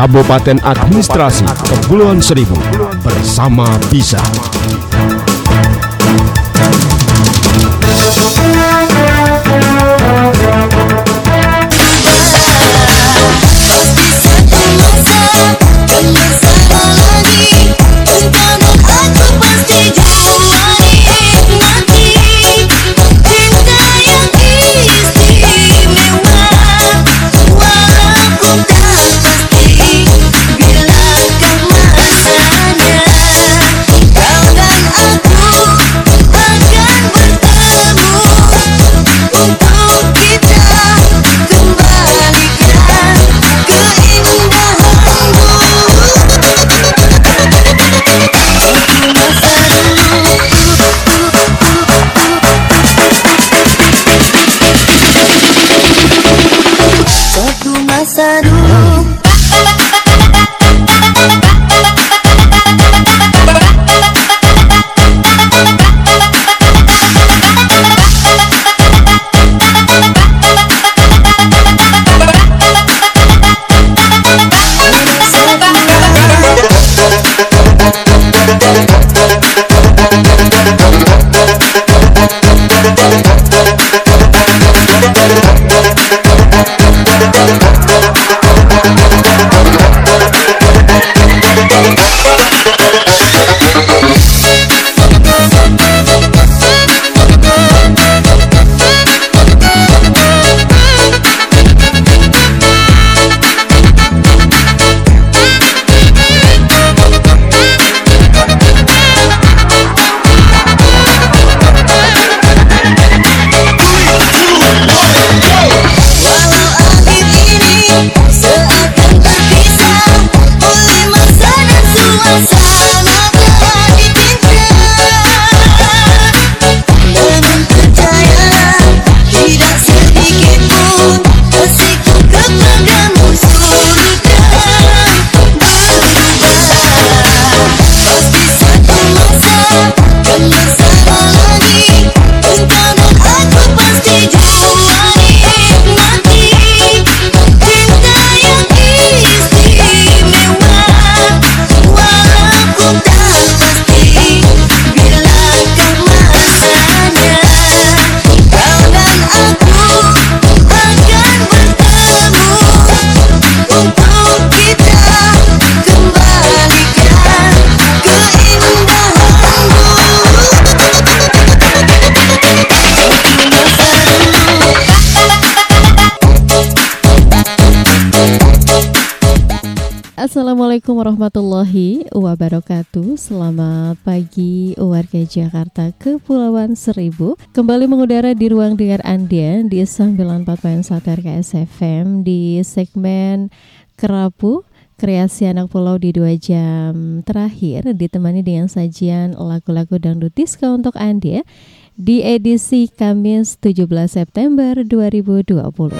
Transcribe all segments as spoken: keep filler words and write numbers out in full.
Kabupaten Administrasi Kepulauan Seribu bersama Bisa. Assalamualaikum warahmatullahi wabarakatuh. Selamat pagi warga Jakarta Kepulauan Seribu. Kembali mengudara di ruang dengar Anda di sembilan puluh empat koma satu R K S F M di segmen Kerapu Kreasi Anak Pulau di dua jam terakhir, ditemani dengan sajian lagu-lagu dangdut disco untuk Anda di edisi Kamis tujuh belas September dua ribu dua puluh.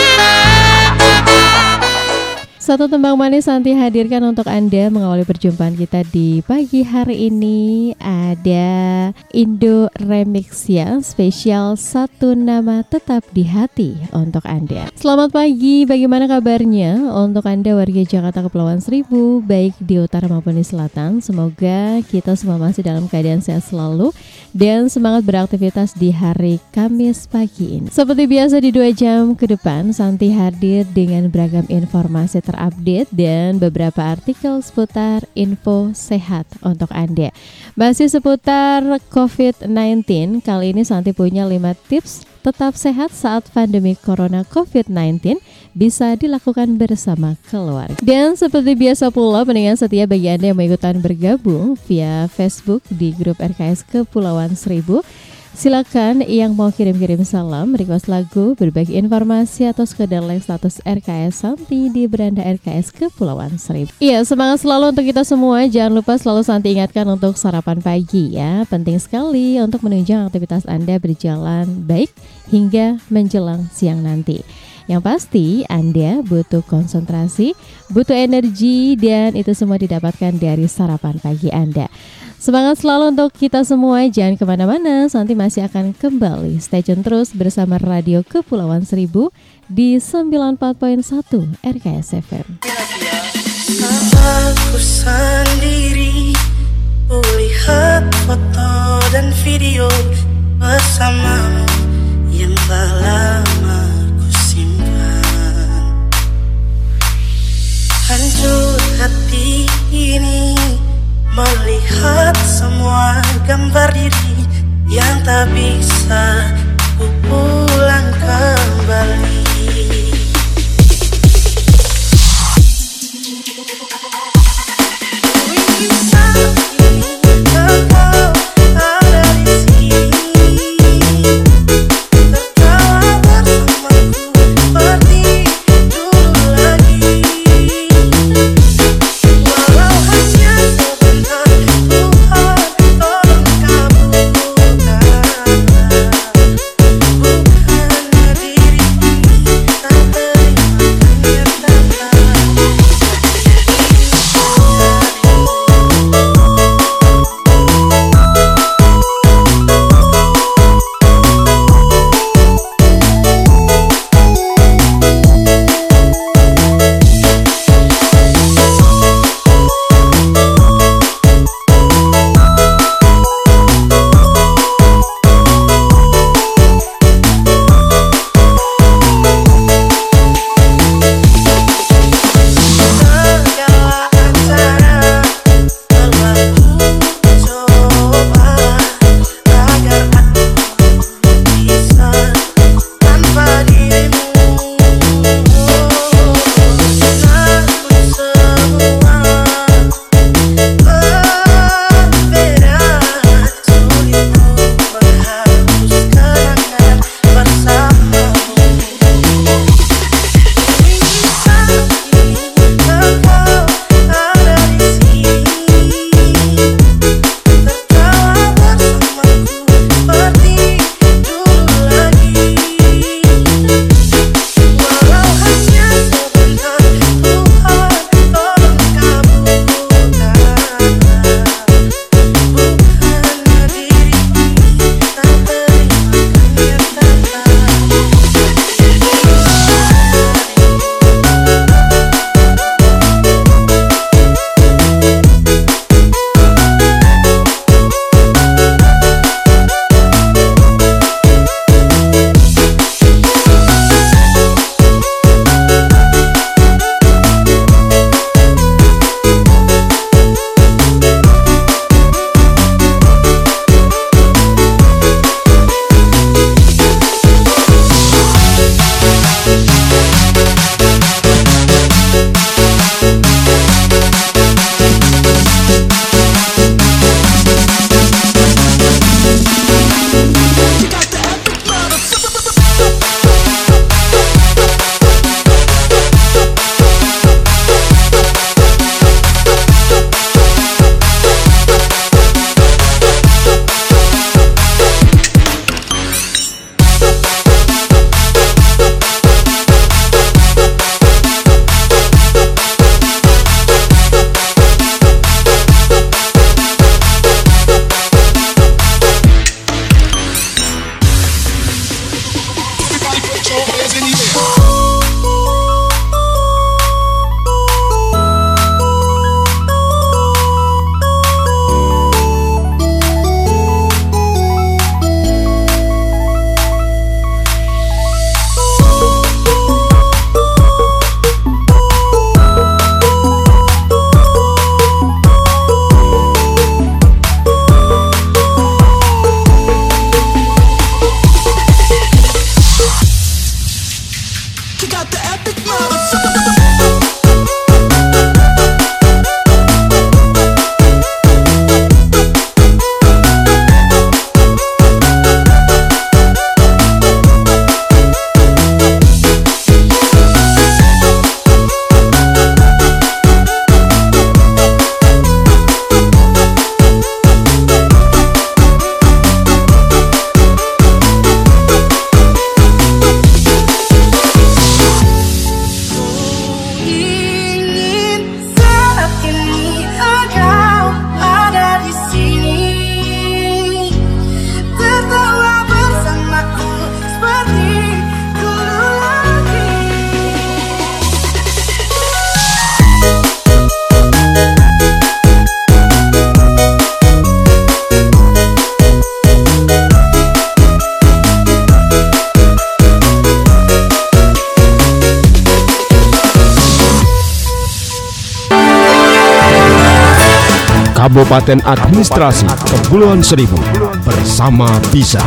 Satu tembang manis Santi hadirkan untuk Anda mengawali perjumpaan kita di pagi hari ini. Ada Indo Remix ya, spesial Satu Nama Tetap di Hati untuk Anda. Selamat pagi, bagaimana kabarnya untuk Anda warga Jakarta Kepulauan Seribu, baik di utara maupun di selatan. Semoga kita semua masih dalam keadaan sehat selalu dan semangat beraktivitas di hari Kamis pagi ini. Seperti biasa di dua jam ke depan, Santi hadir dengan beragam informasi terupdate dan beberapa artikel seputar info sehat untuk Anda. Masih seputar covid sembilan belas, kali ini Santi punya lima tips tetap sehat saat pandemi corona covid sembilan belas bisa dilakukan bersama keluarga. Dan seperti biasa pula, pendengar setia bagi Anda yang mau ikutan bergabung via Facebook di grup R K S Kepulauan Seribu, silakan yang mau kirim-kirim salam, request lagu, berbagi informasi atau sekedar like status R K S Santi di beranda R K S Kepulauan Seribu. Iya, semangat selalu untuk kita semua. Jangan lupa selalu Santi ingatkan untuk sarapan pagi ya. Penting sekali untuk menunjang aktivitas Anda berjalan baik hingga menjelang siang nanti. Yang pasti Anda butuh konsentrasi, butuh energi, dan itu semua didapatkan dari sarapan pagi Anda. Semangat selalu untuk kita semua, jangan kemana-mana, Santi masih akan kembali. Stay tune terus bersama Radio Kepulauan Seribu di sembilan puluh empat koma satu R K S F M. aku sendiri, kulihat foto dan video bersamamu yang telah lama ku simpan. Hancur hati ini melihat semua gambar diri yang tak bisa ku pulang kembali. Kabupaten Administrasi Kepulauan Seribu bersama Bisa.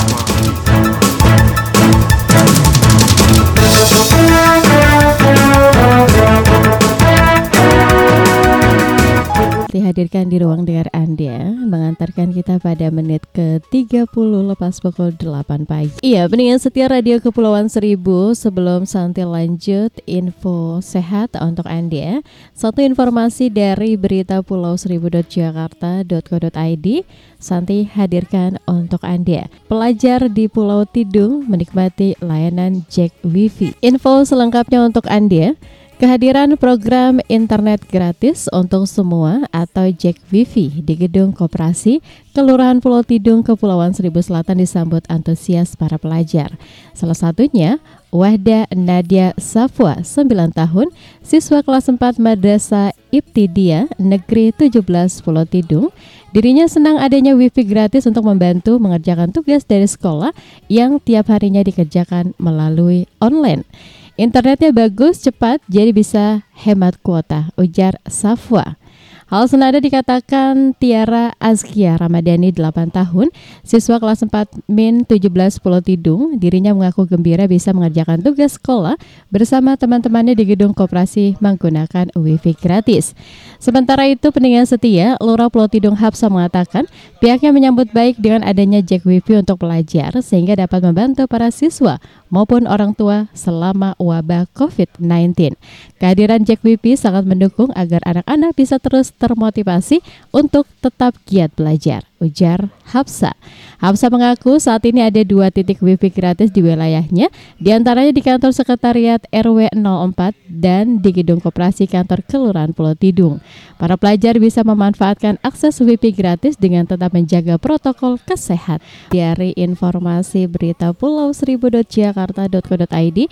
Dihadirkan di ruang dengar Anda, mengantarkan kita pada menit ke tiga puluh lepas pukul delapan pagi. Iya, pendengar setia Radio Kepulauan Seribu, sebelum Santi lanjut info sehat untuk Anda, satu informasi dari berita pulau seribu dot jakarta dot co dot i d, Santi hadirkan untuk Anda. Pelajar di Pulau Tidung menikmati layanan Jack Wifi. Info selengkapnya untuk Anda. Kehadiran program internet gratis untuk semua atau Jack Wifi di Gedung Koperasi Kelurahan Pulau Tidung, Kepulauan Seribu Selatan disambut antusias para pelajar. Salah satunya Wahda Nadia Safwa, sembilan tahun, siswa kelas empat Madrasah Ibtidaiyah Negeri tujuh belas Pulau Tidung. Dirinya senang adanya wifi gratis untuk membantu mengerjakan tugas dari sekolah yang tiap harinya dikerjakan melalui online. Internetnya bagus, cepat, jadi bisa hemat kuota, ujar Safwa. Hal senada dikatakan Tiara Azkia Ramadhani, delapan tahun, siswa kelas empat Min tujuh belas Pulau Tidung. Dirinya mengaku gembira bisa mengerjakan tugas sekolah bersama teman-temannya di Gedung Koperasi menggunakan wifi gratis. Sementara itu, pendengar setia, Lurah Pulau Tidung Hapsa mengatakan pihaknya menyambut baik dengan adanya Jack Wifi untuk pelajar sehingga dapat membantu para siswa maupun orang tua selama wabah covid sembilan belas. Kehadiran Jack Wifi sangat mendukung agar anak-anak bisa terus termotivasi untuk tetap giat belajar, ujar Hapsa. Hapsa mengaku saat ini ada dua titik wifi gratis di wilayahnya, diantaranya di kantor sekretariat R W nol empat dan di Gedung Koperasi Kantor Kelurahan Pulau Tidung. Para pelajar bisa memanfaatkan akses wifi gratis dengan tetap menjaga protokol kesehatan. Dari informasi berita pulau seribu dot jakarta dot co dot i d.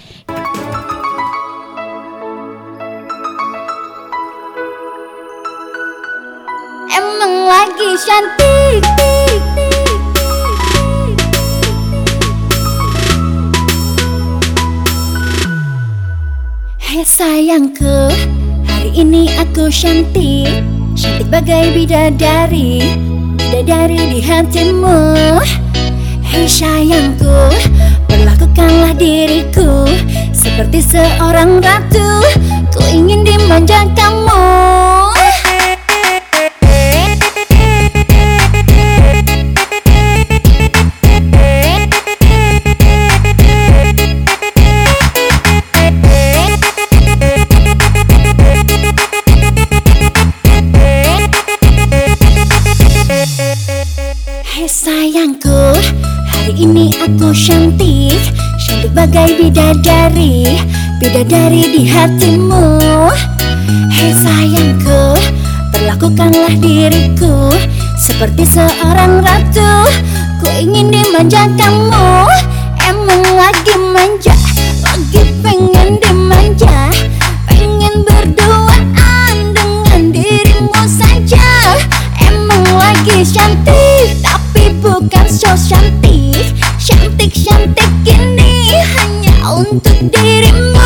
Emang lagi cantik. Hai sayangku, hari ini aku cantik, cantik bagai bidadari, bidadari di hatimu. Hai sayangku, perlakukanlah diriku seperti seorang ratu, ku ingin dimanja kamu. Sayangku, hari ini aku cantik, cantik bagai bidadari, bidadari di hatimu. Hei sayangku, perlakukanlah diriku seperti seorang ratu, ku ingin dimanja kamu. Emang lagi manja, lagi pengen dimanja, pengen berduaan dengan dirimu saja. Emang lagi cantik, tapi bukan so cantik. Cantik-cantik ini hanya untuk dirimu.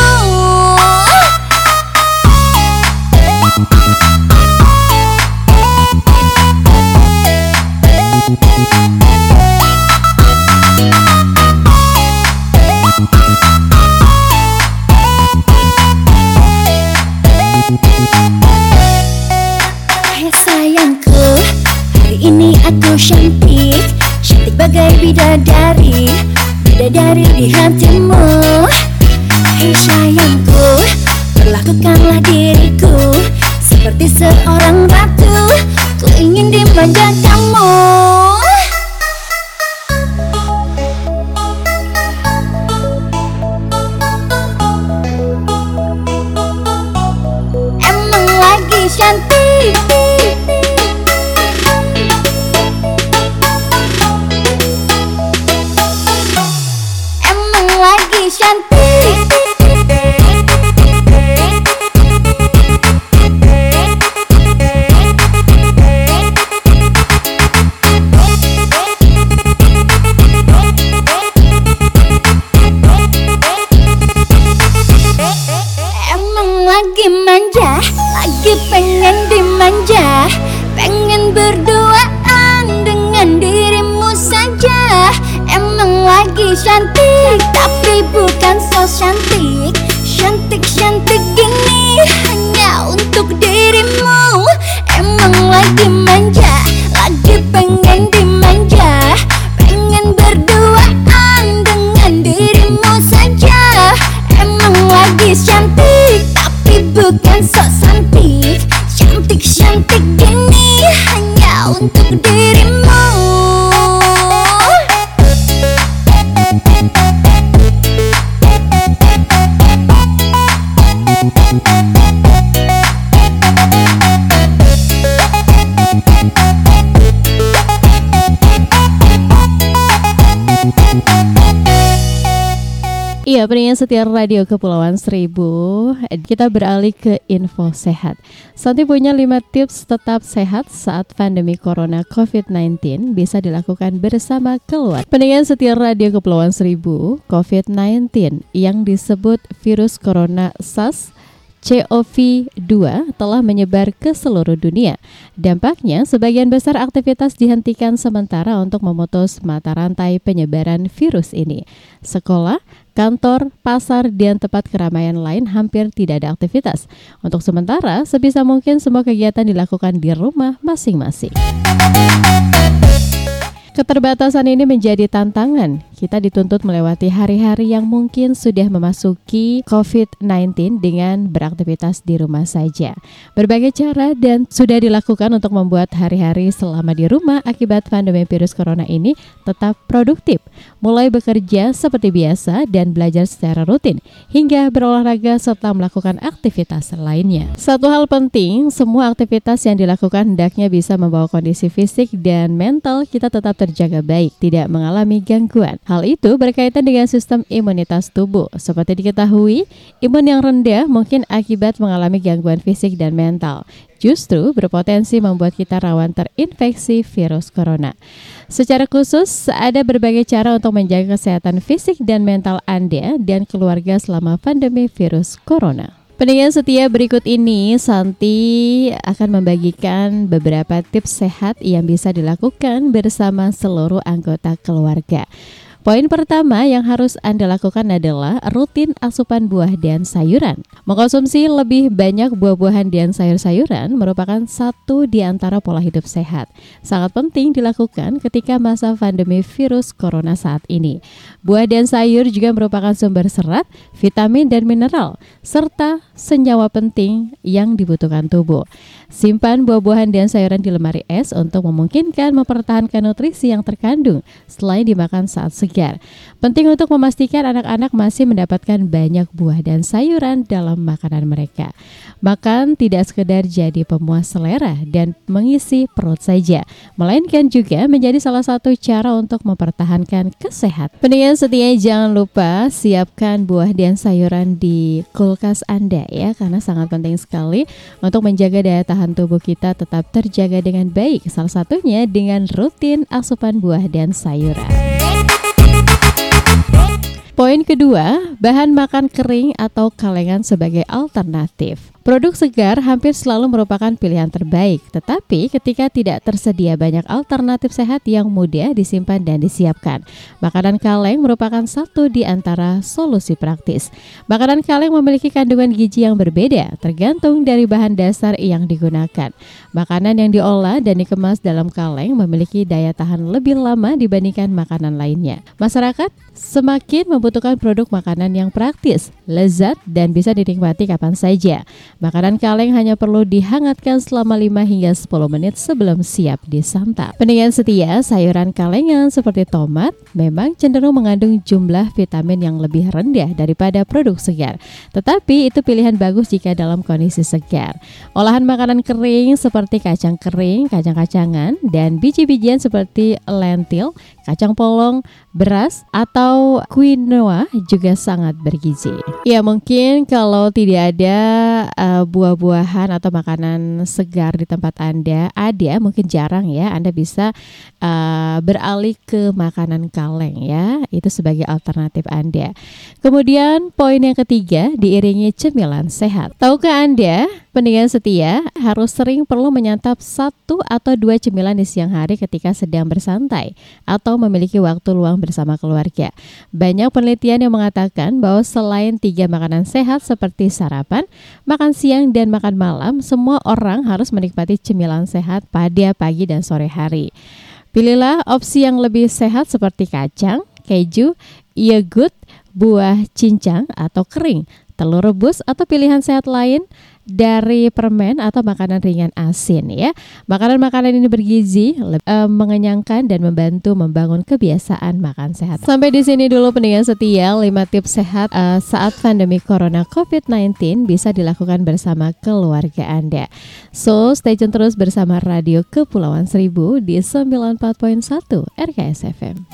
Hai sayangku, hari ini aku cantik, cantik bagai bidadari, bidadari di hatimu. Hei sayangku, perlakukanlah diriku seperti seorang ratu, ku ingin dimanja kamu. Emang lagi cantik. Emang lagi cantik. Emang lagi manja, lagi pengen dimanja, pengen berduaan dengan dirimu saja. Emang lagi cantik, tapi bukan so cantik. Cantik-cantik gini hanya untuk dirimu. Emang lagi manja, lagi pengen dimanja. Pengen berduaan dengan dirimu saja. Emang lagi cantik, tapi bukan so cantik. Cantik-cantik gini hanya untuk dirimu. Iya, pendengar setia Radio Kepulauan Seribu, kita beralih ke info sehat. Santi punya lima tips tetap sehat saat pandemi Corona covid sembilan belas bisa dilakukan bersama keluarga. Pendengar setia Radio Kepulauan Seribu, covid sembilan belas yang disebut virus corona SARS C o V dua telah menyebar ke seluruh dunia. Dampaknya, sebagian besar aktivitas dihentikan sementara untuk memutus mata rantai penyebaran virus ini. Sekolah, kantor, pasar, dan tempat keramaian lain hampir tidak ada aktivitas. Untuk sementara, sebisa mungkin semua kegiatan dilakukan di rumah masing-masing. Keterbatasan ini menjadi tantangan. Kita dituntut melewati hari-hari yang mungkin sudah memasuki covid sembilan belas dengan beraktivitas di rumah saja. Berbagai cara dan sudah dilakukan untuk membuat hari-hari selama di rumah akibat pandemi virus corona ini tetap produktif. Mulai bekerja seperti biasa dan belajar secara rutin, hingga berolahraga serta melakukan aktivitas lainnya. Satu hal penting, semua aktivitas yang dilakukan hendaknya bisa membawa kondisi fisik dan mental kita tetap terjaga baik, tidak mengalami gangguan. Hal itu berkaitan dengan sistem imunitas tubuh. Seperti diketahui, imun yang rendah mungkin akibat mengalami gangguan fisik dan mental. Justru berpotensi membuat kita rawan terinfeksi virus corona. Secara khusus, ada berbagai cara untuk menjaga kesehatan fisik dan mental Anda dan keluarga selama pandemi virus corona. Pendengar setia, berikut ini Santi akan membagikan beberapa tips sehat yang bisa dilakukan bersama seluruh anggota keluarga. Poin pertama yang harus Anda lakukan adalah rutin asupan buah dan sayuran. Mengkonsumsi lebih banyak buah-buahan dan sayur-sayuran merupakan satu di antara pola hidup sehat. Sangat penting dilakukan ketika masa pandemi virus corona saat ini. Buah dan sayur juga merupakan sumber serat, vitamin dan mineral, serta senyawa penting yang dibutuhkan tubuh. Simpan buah-buahan dan sayuran di lemari es untuk memungkinkan mempertahankan nutrisi yang terkandung selain dimakan saat segar. Penting untuk memastikan anak-anak masih mendapatkan banyak buah dan sayuran dalam makanan mereka. Makan tidak sekedar jadi pemuas selera dan mengisi perut saja, melainkan juga menjadi salah satu cara untuk mempertahankan kesehatan. Pendengar setia, jangan lupa siapkan buah dan sayuran di kulkas Anda ya, karena sangat penting sekali untuk menjaga daya tahan tubuh kita tetap terjaga dengan baik. Salah satunya dengan rutin asupan buah dan sayuran. Poin kedua, bahan makan kering atau kalengan sebagai alternatif. Produk segar hampir selalu merupakan pilihan terbaik, tetapi ketika tidak tersedia banyak alternatif sehat yang mudah disimpan dan disiapkan, makanan kaleng merupakan satu di antara solusi praktis. Makanan kaleng memiliki kandungan gizi yang berbeda, tergantung dari bahan dasar yang digunakan. Makanan yang diolah dan dikemas dalam kaleng memiliki daya tahan lebih lama dibandingkan makanan lainnya. Masyarakat semakin membutuhkan produk makanan yang praktis, lezat, dan bisa dinikmati kapan saja. Makanan kaleng hanya perlu dihangatkan selama lima hingga sepuluh menit sebelum siap disantap. Pendengar setia, sayuran kalengan seperti tomat memang cenderung mengandung jumlah vitamin yang lebih rendah daripada produk segar. Tetapi itu pilihan bagus jika dalam kondisi segar. Olahan makanan kering seperti kacang kering, kacang-kacangan, dan biji-bijian seperti lentil, kacang polong, beras, atau quinoa juga sangat bergizi. Ya, mungkin kalau tidak ada uh, buah-buahan atau makanan segar di tempat Anda, ada mungkin jarang ya, Anda bisa uh, beralih ke makanan kaleng ya, itu sebagai alternatif Anda. Kemudian poin yang ketiga, diiringi cemilan sehat. Tahukah Anda Pendengar setia, harus sering perlu menyantap satu atau dua cemilan di siang hari ketika sedang bersantai atau memiliki waktu luang bersama keluarga. Banyak penelitian yang mengatakan bahwa selain tiga makanan sehat seperti sarapan, makan siang, dan makan malam, semua orang harus menikmati cemilan sehat pada pagi dan sore hari. Pilihlah opsi yang lebih sehat seperti kacang, keju, yogurt, buah cincang atau kering, telur rebus atau pilihan sehat lain dari permen atau makanan ringan asin ya. Makanan-makanan ini bergizi, le- uh, mengenyangkan dan membantu membangun kebiasaan makan sehat. Sampai di sini dulu pendengar setia, lima tips sehat uh, saat pandemi Corona covid sembilan belas bisa dilakukan bersama keluarga Anda. So, stay tune terus bersama Radio Kepulauan Seribu di sembilan puluh empat koma satu R K S F M.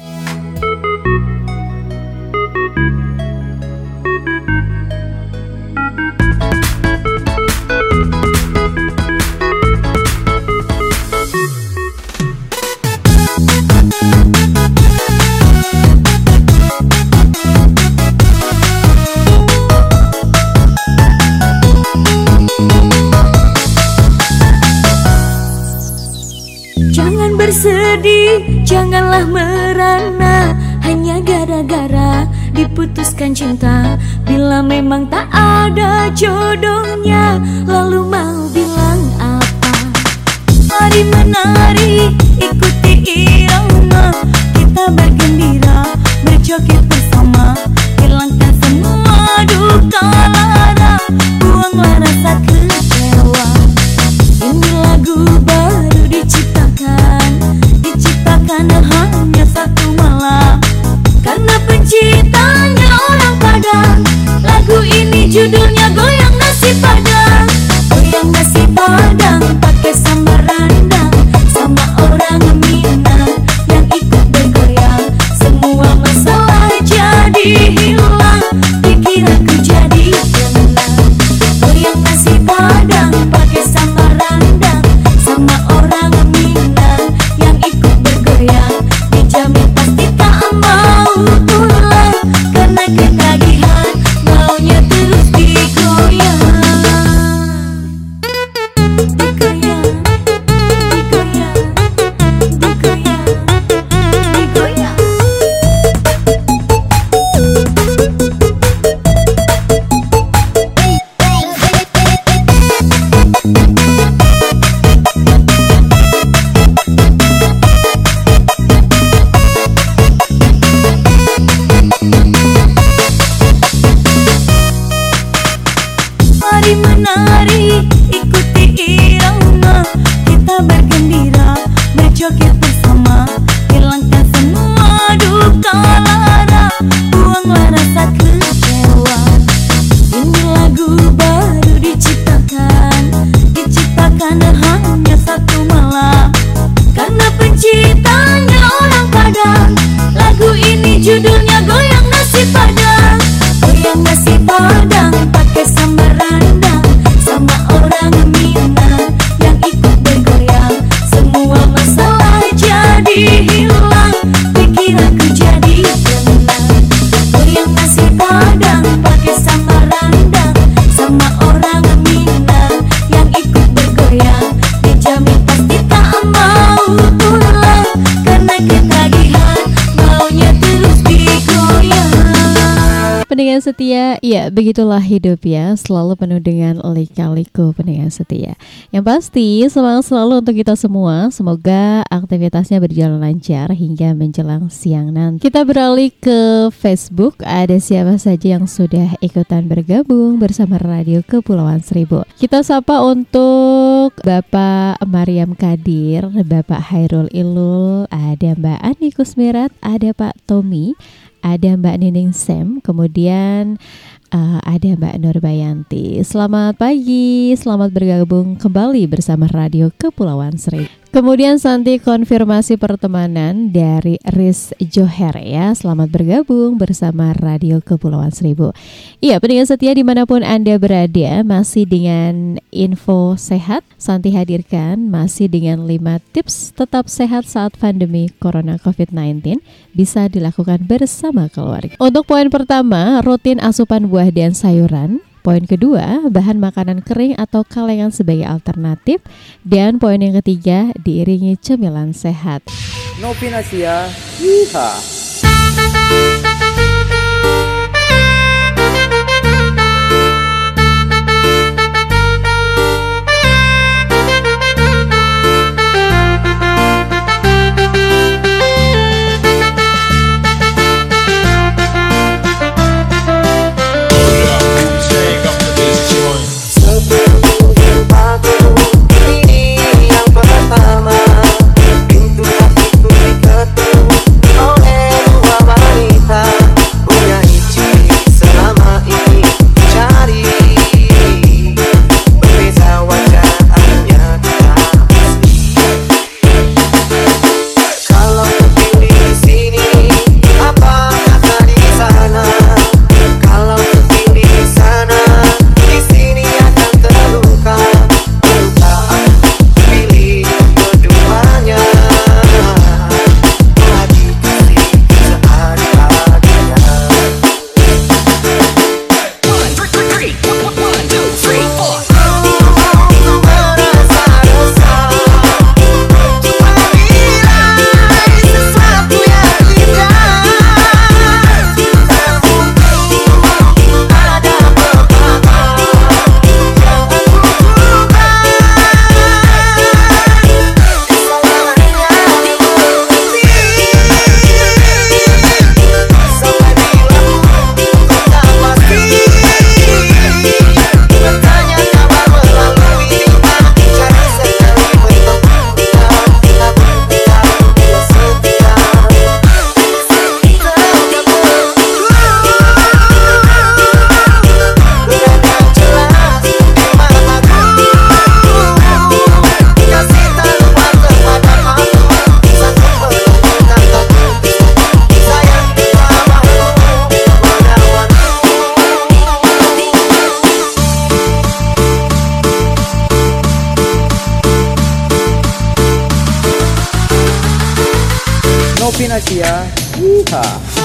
Jangan bersedih, janganlah merana, hanya gara-gara diputuskan cinta. Bila memang tak ada jodohnya, lalu mau bilang apa? Mari menari, ikuti irama, kita bergembira, berjoget bersama, hilangkan semua duka lara, buanglah rasa kecewa. Ini lagu baru diciptakan, diciptakan hanya satu malam, karena penciptanya orang Padang. Lagu ini judulnya Goyang Nasi Padang. Goyang nasi Padang pakai sambal rendang, sama orang Minang yang ikut bergoyang. Semua masalah jadi hilang, pikiranku jadi tenang. Goyang nasi Padang pakai sambal rendang, sama orang Minang yang ikut bergoyang. Dijamin pasti tak mau pulang, karena ketagihan maunya terus digoyang. Digoyang, digoyang, digoyang, digoyang. Mari menari, ikuti irama, kita bergembira, berjoget bersama, hilangkan semua duka lara, buanglah rasa kecewa. Ini lagu baru diciptakan, diciptakan hanya satu malam, karena penciptanya orang Padang. Lagu ini judulnya Goyang Nasi Padang. Goyang nasi Padang pakai sambal rendang, sama orang Minang yang ikut bergoyang. Semua masalah jadi hilang, pikiranku jadi tenang. Goyang nasi Padang pakai sambal rendang, sama orang Minang yang ikut bergoyang. Dijamin pasti tak mau pulang, karena ketagihan maunya terus digoyang. Pendengar setia, ya begitulah hidup ya, selalu penuh dengan lika-liku pendengar setia. Yang pasti semangat selalu untuk kita semua, semoga aktivitasnya berjalan lancar hingga menjelang siang nanti. Kita beralih ke Facebook, ada siapa saja yang sudah ikutan bergabung bersama Radio Kepulauan Seribu. Kita sapa untuk Bapak Mariam Kadir, Bapak Hairul Ilul, ada Mbak Ani Kusmirat, ada Pak Tommy, ada Mbak Nining Sem, kemudian uh, ada Mbak Nurbayanti. Selamat pagi, selamat bergabung kembali bersama Radio Kepulauan Seribu. Kemudian Santi konfirmasi pertemanan dari Riz Joher ya. Selamat bergabung bersama Radio Kepulauan Seribu. Iya, pendengar setia dimanapun Anda berada, masih dengan info sehat Santi hadirkan, masih dengan lima tips tetap sehat saat pandemi Corona covid sembilan belas bisa dilakukan bersama keluarga. Untuk poin pertama, rutin asupan buah dan sayuran. Poin kedua, bahan makanan kering atau kalengan sebagai alternatif. Dan poin yang ketiga, diiringi cemilan sehat. Novinasia, Yeehaw. Novinasia, Yeehaw.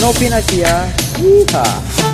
Novin Asia. Yeehaw.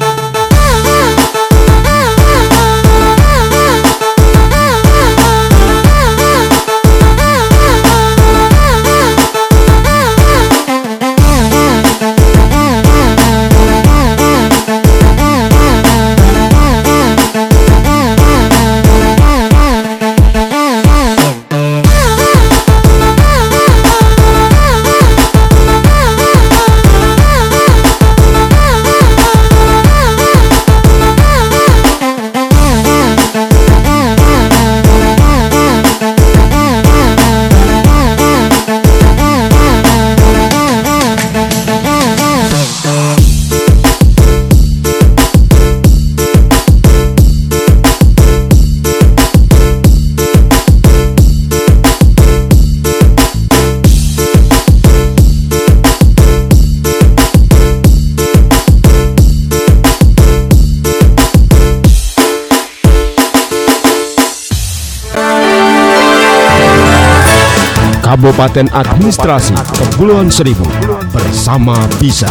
Kabupaten Administrasi Kepulauan Seribu bersama Bisa.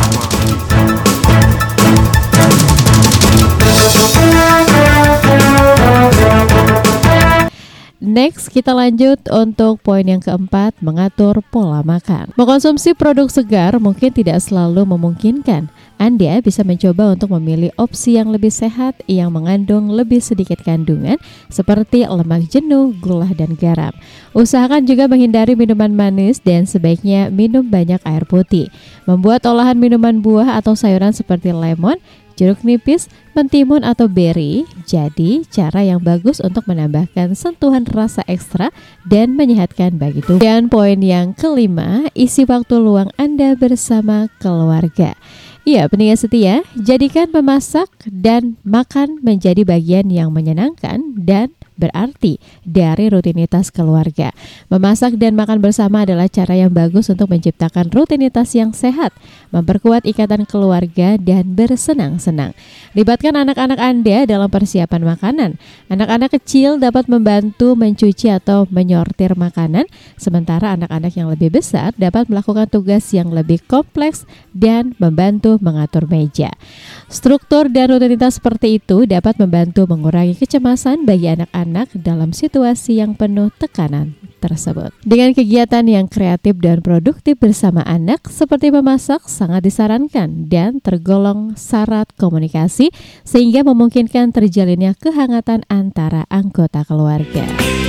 Next, kita lanjut untuk poin yang keempat, mengatur pola makan. Mengkonsumsi produk segar mungkin tidak selalu memungkinkan. Anda bisa mencoba untuk memilih opsi yang lebih sehat yang mengandung lebih sedikit kandungan seperti lemak jenuh, gula, dan garam. Usahakan juga menghindari minuman manis dan sebaiknya minum banyak air putih. Membuat olahan minuman buah atau sayuran seperti lemon, jeruk nipis, mentimun atau beri jadi cara yang bagus untuk menambahkan sentuhan rasa ekstra dan menyehatkan bagi tubuh. Dan poin yang kelima, isi waktu luang Anda bersama keluarga. Iya, pendengar setia, jadikan memasak dan makan menjadi bagian yang menyenangkan dan berarti dari rutinitas keluarga. Memasak dan makan bersama adalah cara yang bagus untuk menciptakan rutinitas yang sehat, memperkuat ikatan keluarga, dan bersenang-senang. Libatkan anak-anak Anda dalam persiapan makanan. Anak-anak kecil dapat membantu mencuci atau menyortir makanan, sementara anak-anak yang lebih besar dapat melakukan tugas yang lebih kompleks dan membantu mengatur meja. Struktur dan rutinitas seperti itu dapat membantu mengurangi kecemasan bagi anak-anak dalam situasi yang penuh tekanan tersebut. Dengan kegiatan yang kreatif dan produktif bersama anak seperti memasak sangat disarankan dan tergolong syarat komunikasi sehingga memungkinkan terjalinnya kehangatan antara anggota keluarga.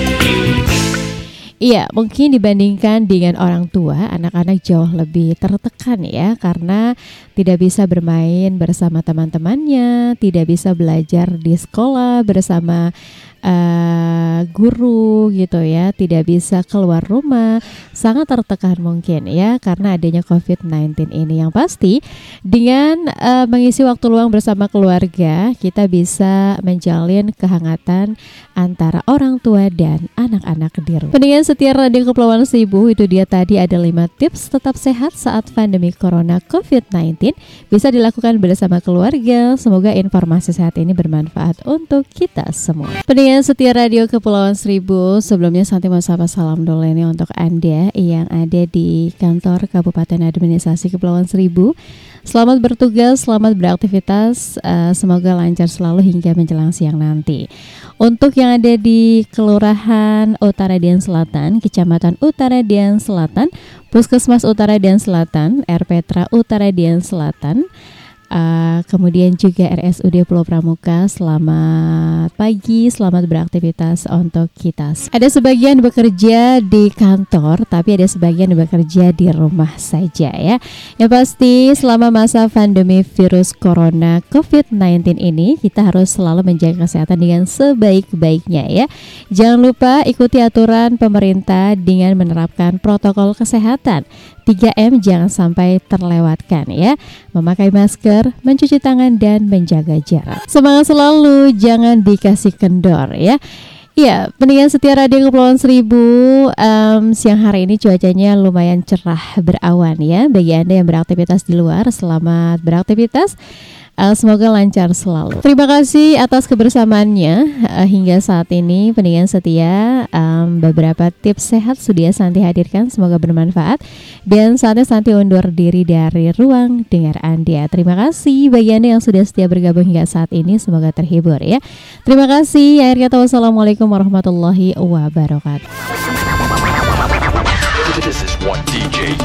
Iya, mungkin dibandingkan dengan orang tua, anak-anak jauh lebih tertekan ya, karena tidak bisa bermain bersama teman-temannya, tidak bisa belajar di sekolah bersama uh, guru gitu ya, tidak bisa keluar rumah, sangat tertekan mungkin ya karena adanya covid sembilan belas ini. Yang pasti dengan uh, mengisi waktu luang bersama keluarga, kita bisa menjalin kehangatan antara orang tua dan anak-anak di rumah. Pendengar setia Radio Kepulauan Seribu, itu dia tadi ada lima tips tetap sehat saat pandemi corona covid sembilan belas bisa dilakukan bersama keluarga. Semoga informasi sehat ini bermanfaat untuk kita semua. Pendengar setia Radio Kepulauan Seribu, sebelumnya Santi mau sapa salam dulu ini untuk Anda yang ada di kantor Kabupaten Administrasi Kepulauan Seribu. Selamat bertugas, selamat beraktivitas, uh, semoga lancar selalu hingga menjelang siang nanti. Untuk yang ada di Kelurahan Utara Dian Selatan, Kecamatan Utara Dian Selatan, Puskesmas Utara Dian Selatan, R Petra Utara Dian Selatan, Uh, kemudian juga R S U D Pulau Pramuka, selamat pagi, selamat beraktivitas untuk kita. Ada sebagian bekerja di kantor, tapi ada sebagian bekerja di rumah saja ya. Yang pasti selama masa pandemi virus corona covid sembilan belas ini, kita harus selalu menjaga kesehatan dengan sebaik-baiknya ya. Jangan lupa ikuti aturan pemerintah dengan menerapkan protokol kesehatan. tiga M jangan sampai terlewatkan ya. Memakai masker, mencuci tangan, dan menjaga jarak. Semangat selalu, jangan dikasih kendor ya. Iya, pendengar setia Radio Kepulauan Seribu, um, siang hari ini cuacanya lumayan cerah berawan ya. Bagi Anda yang beraktivitas di luar, selamat beraktivitas. Uh, semoga lancar selalu. Terima kasih atas kebersamaannya uh, hingga saat ini pendengar setia. Um, beberapa tips sehat sudah Santi hadirkan, semoga bermanfaat. Dan saatnya Santi undur diri dari ruang dengar Anda. Terima kasih bagi Anda yang sudah setia bergabung hingga saat ini, semoga terhibur ya. Terima kasih. Akhir kata wassalamualaikum warahmatullahi wabarakatuh. This is one D J.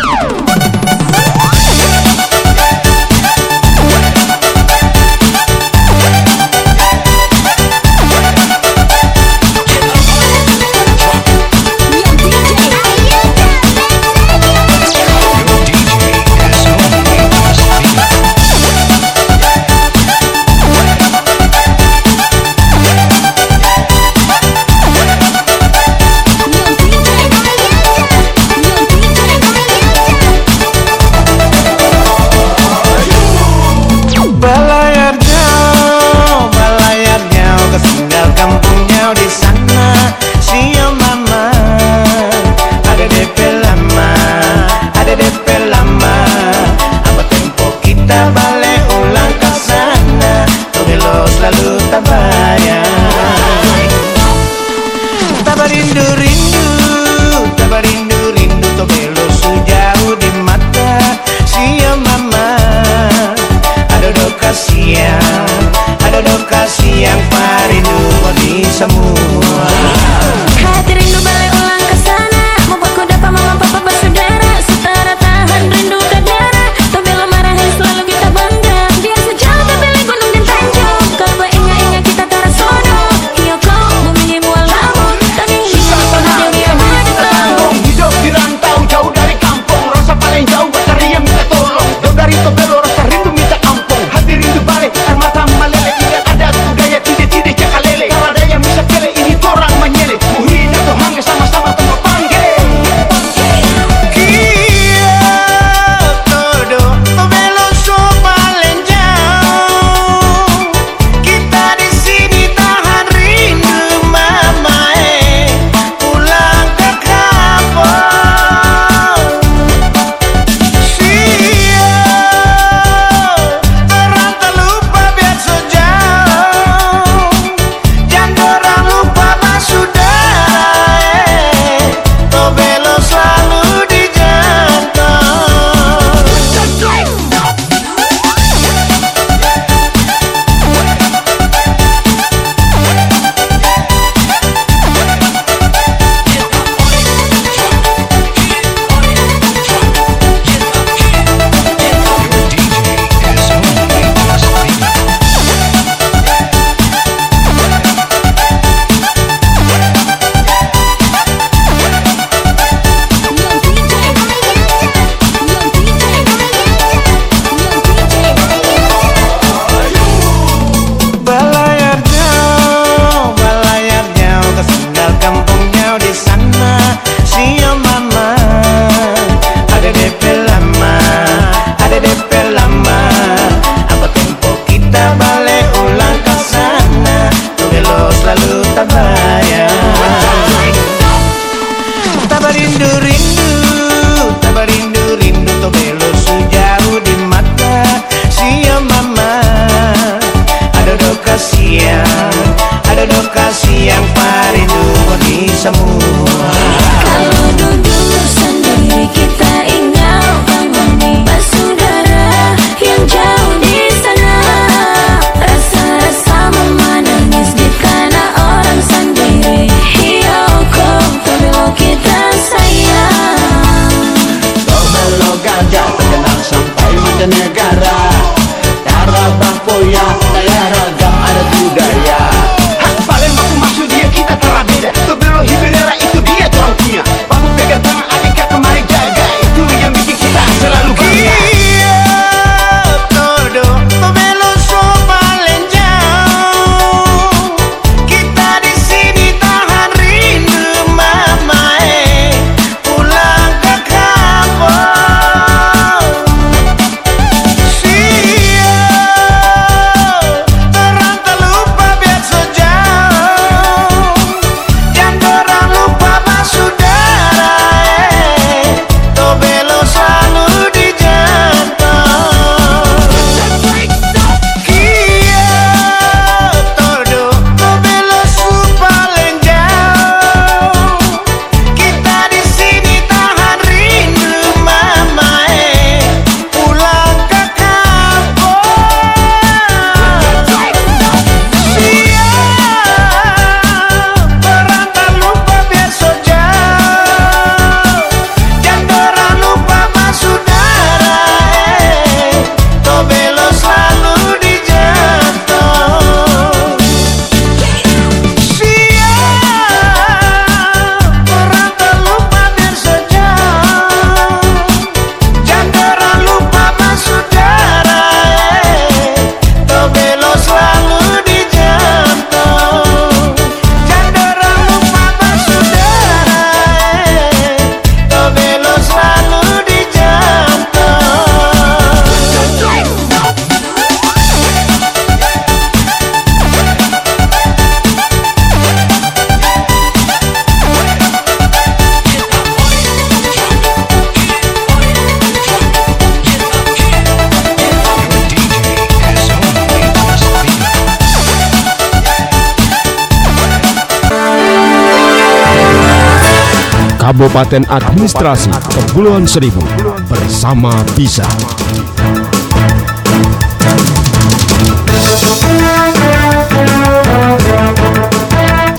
Kabupaten Administrasi Kepulauan Seribu bersama Bisa.